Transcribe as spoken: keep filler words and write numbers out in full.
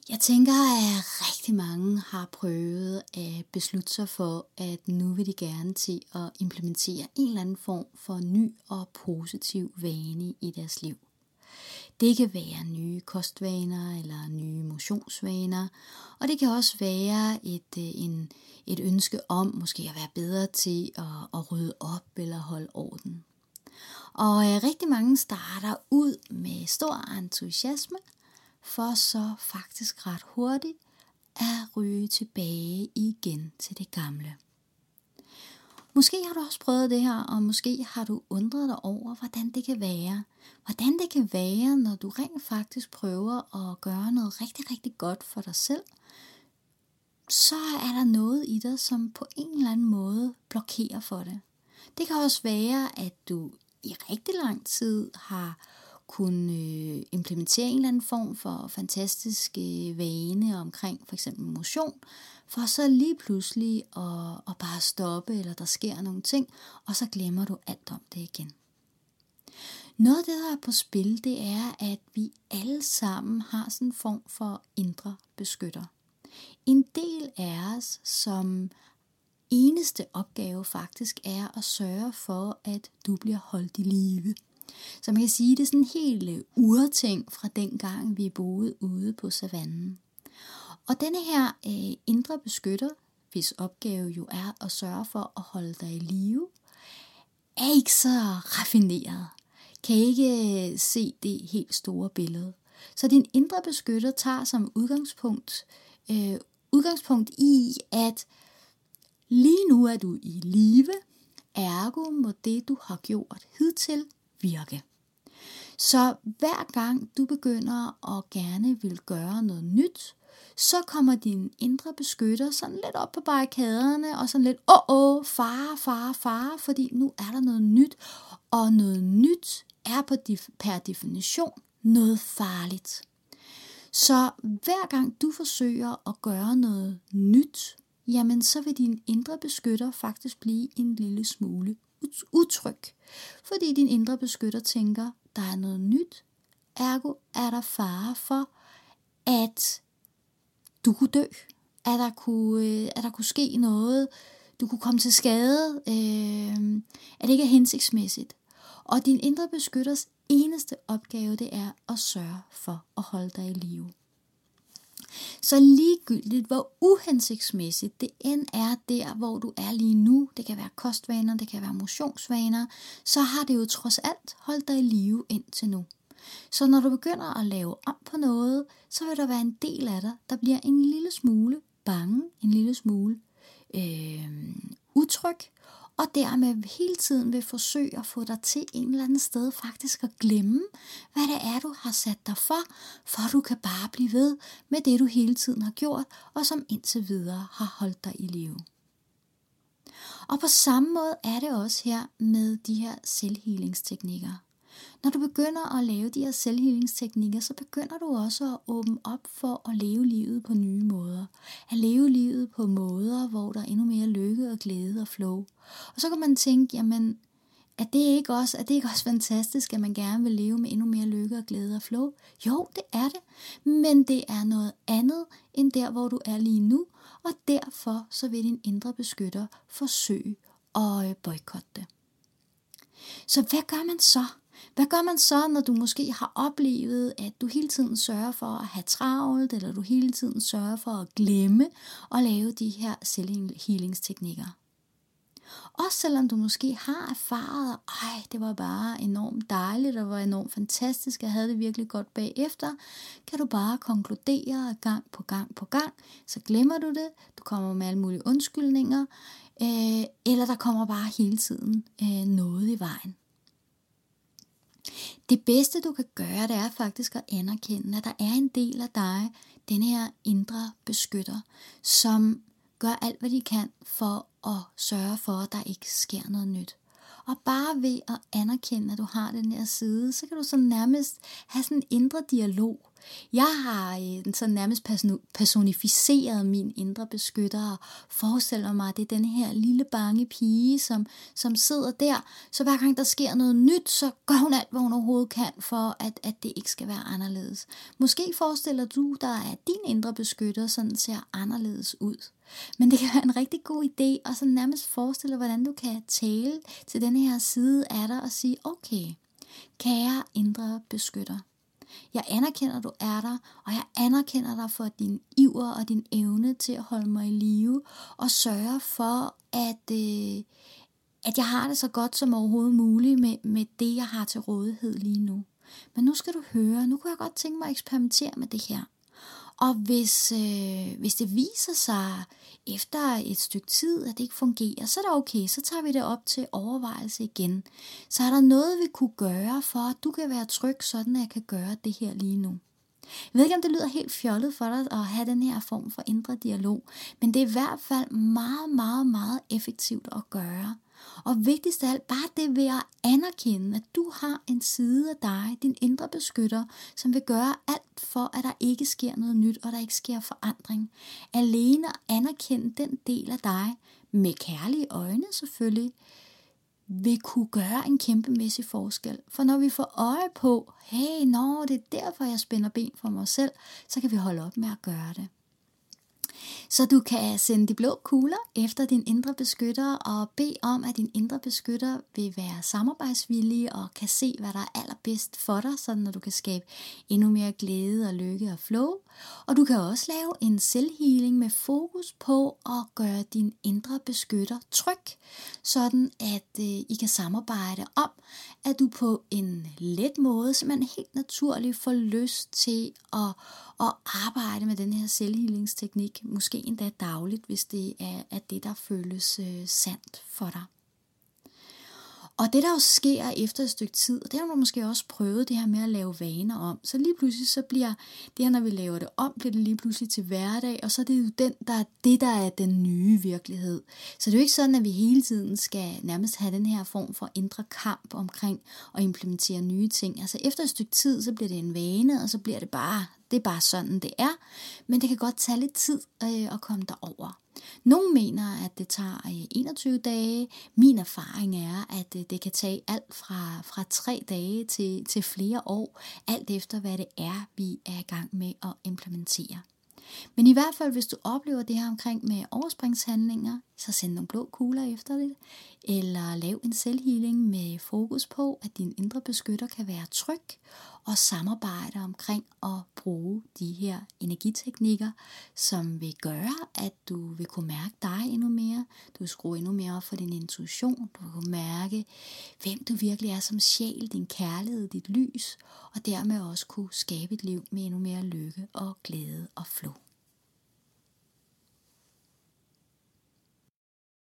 Jeg tænker, at rigtig mange har prøvet at beslutte sig for, at nu vil de gerne til at implementere en eller anden form for ny og positiv vane i deres liv. Det kan være nye kostvaner eller nye motionsvaner, og det kan også være et, en, et ønske om måske at være bedre til at, at rydde op eller holde orden. Og rigtig mange starter ud med stor entusiasme, for så faktisk ret hurtigt at ryge tilbage igen til det gamle. Måske har du også prøvet det her, og måske har du undret dig over, hvordan det kan være. Hvordan det kan være, når du rent faktisk prøver at gøre noget rigtig, rigtig godt for dig selv, så er der noget i dig, som på en eller anden måde blokerer for det. Det kan også være, at du i rigtig lang tid har kunne implementere en eller anden form for fantastisk vane omkring for eksempel motion, for så lige pludselig at, at bare stoppe, eller der sker nogle ting, og så glemmer du alt om det igen. Noget af det, der er på spil, det er, at vi alle sammen har sådan en form for indre beskytter. En del af os, som eneste opgave faktisk er at sørge for, at du bliver holdt i live. Så man kan sige, det er sådan en helt urting fra dengang vi boede ude på savannen. Og denne her øh, indre beskytter, hvis opgave jo er at sørge for at holde dig i live, er ikke så raffineret. Kan ikke se det helt store billede. Så din indre beskytter tager som udgangspunkt, øh, udgangspunkt i, at lige nu er du i live, ergo må det du har gjort hidtil virke. Så hver gang du begynder at gerne vil gøre noget nyt, så kommer din indre beskytter sådan lidt op på barrikaderne og sådan lidt, åh, åh, fare, fare, fare, fordi nu er der noget nyt, og noget nyt er på per definition noget farligt. Så hver gang du forsøger at gøre noget nyt, jamen så vil din indre beskytter faktisk blive en lille smule utryg. Fordi din indre beskytter tænker, der er noget nyt, ergo er der fare for, at du kunne dø, at der kunne, at der kunne ske noget, du kunne komme til skade, øh, at det ikke er hensigtsmæssigt. Og din indre beskytters eneste opgave, det er at sørge for at holde dig i live. Så ligegyldigt, hvor uhensigtsmæssigt det end er der, hvor du er lige nu, det kan være kostvaner, det kan være motionsvaner, så har det jo trods alt holdt dig i live indtil nu. Så når du begynder at lave om på noget, så vil der være en del af dig, der bliver en lille smule bange, en lille smule øh, utryg, og dermed hele tiden vil forsøge at få dig til en eller anden sted faktisk at glemme, hvad det er, du har sat dig for, for du kan bare blive ved med det, du hele tiden har gjort, og som indtil videre har holdt dig i live. Og på samme måde er det også her med de her selvhealingsteknikker. Når du begynder at lave de her selvhealingsteknikker, så begynder du også at åbne op for at leve livet på nye måder. At leve livet på måder, hvor der er endnu mere lykke og glæde og flow. Og så kan man tænke, jamen, er det ikke også, er det ikke også fantastisk, at man gerne vil leve med endnu mere lykke og glæde og flow? Jo, det er det. Men det er noget andet end der, hvor du er lige nu. Og derfor så vil din indre beskytter forsøge at boykotte det. Så hvad gør man så? Hvad gør man så, når du måske har oplevet, at du hele tiden sørger for at have travlt, eller du hele tiden sørger for at glemme at lave de her selvhealingsteknikker? Også selvom du måske har erfaret, ej, det var bare enormt dejligt, og var enormt fantastisk, jeg havde det virkelig godt bagefter, kan du bare konkludere gang på gang på gang, så glemmer du det, du kommer med alle mulige undskyldninger, øh, eller der kommer bare hele tiden øh, noget i vejen. Det bedste du kan gøre, det er faktisk at anerkende, at der er en del af dig, denne her indre beskytter, som gør alt, hvad de kan for at sørge for, at der ikke sker noget nyt. Og bare ved at anerkende, at du har den her side, så kan du så nærmest have sådan en indre dialog Jeg har øh, sådan nærmest personificeret min indre beskytter og forestiller mig, at det er den her lille bange pige, som, som sidder der. Så hver gang der sker noget nyt, så gør hun alt, hvad hun overhovedet kan, for at, at det ikke skal være anderledes. Måske forestiller du dig, at din indre beskytter sådan ser anderledes ud. Men det kan være en rigtig god idé at sådan nærmest forestille, hvordan du kan tale til den her side af dig og sige, okay, kære indre beskytter, jeg anerkender, at du er der, og jeg anerkender dig for din iver og din evne til at holde mig i live, og sørge for, at, øh, at jeg har det så godt som overhovedet muligt med, med det, jeg har til rådighed lige nu. Men nu skal du høre, nu kunne jeg godt tænke mig at eksperimentere med det her. Og hvis, øh, hvis det viser sig efter et stykke tid, at det ikke fungerer, så er det okay, så tager vi det op til overvejelse igen. Så er der noget, vi kunne gøre for, at du kan være tryg, sådan at jeg kan gøre det her lige nu. Jeg ved ikke, om det lyder helt fjollet for dig at have den her form for indre dialog, men det er i hvert fald meget, meget, meget effektivt at gøre. Og vigtigst af alt, bare det ved at anerkende, at du har en side af dig, din indre beskytter, som vil gøre alt for, at der ikke sker noget nyt, og der ikke sker forandring. Alene at anerkende den del af dig, med kærlige øjne selvfølgelig, vil kunne gøre en kæmpemæssig forskel. For når vi får øje på, hey, nå, det er derfor, jeg spænder ben for mig selv, så kan vi holde op med at gøre det. Så du kan sende de blå kugler efter din indre beskytter og bede om, at din indre beskytter vil være samarbejdsvillig og kan se, hvad der er allerbedst for dig, sådan at du kan skabe endnu mere glæde og lykke og flow. Og du kan også lave en selvhealing med fokus på at gøre din indre beskytter tryg, sådan at øh, I kan samarbejde om, at du på en let måde, simpelthen helt naturligt får lyst til at, at arbejde med den her selvhealingsteknik, måske endda dagligt, hvis det er, er det, der føles øh, sandt for dig. Og det der jo sker efter et stykke tid, og det har du måske også prøvet det her med at lave vaner om, så lige pludselig så bliver det her, når vi laver det om, bliver det lige pludselig til hverdag, og så er det jo den, der er det, der er den nye virkelighed. Så det er jo ikke sådan, at vi hele tiden skal nærmest have den her form for indre kamp omkring at implementere nye ting. Altså efter et stykke tid, så bliver det en vane, og så bliver det bare, det er bare sådan, det er. Men det kan godt tage lidt tid øh, at komme derover. Nogle mener, at det tager enogtyve dage. Min erfaring er, at det kan tage alt fra, fra tre dage til, til flere år, alt efter hvad det er, vi er i gang med at implementere. Men i hvert fald, hvis du oplever det her omkring med overspringshandlinger, så send nogle blå kugler efter det, eller lav en selvhealing med fokus på, at din indre beskytter kan være tryg, og samarbejde omkring at bruge de her energiteknikker, som vil gøre, at du vil kunne mærke dig endnu mere, du vil skrue endnu mere op for din intuition, du vil kunne mærke, hvem du virkelig er som sjæl, din kærlighed, dit lys, og dermed også kunne skabe et liv med endnu mere lykke og glæde og flow.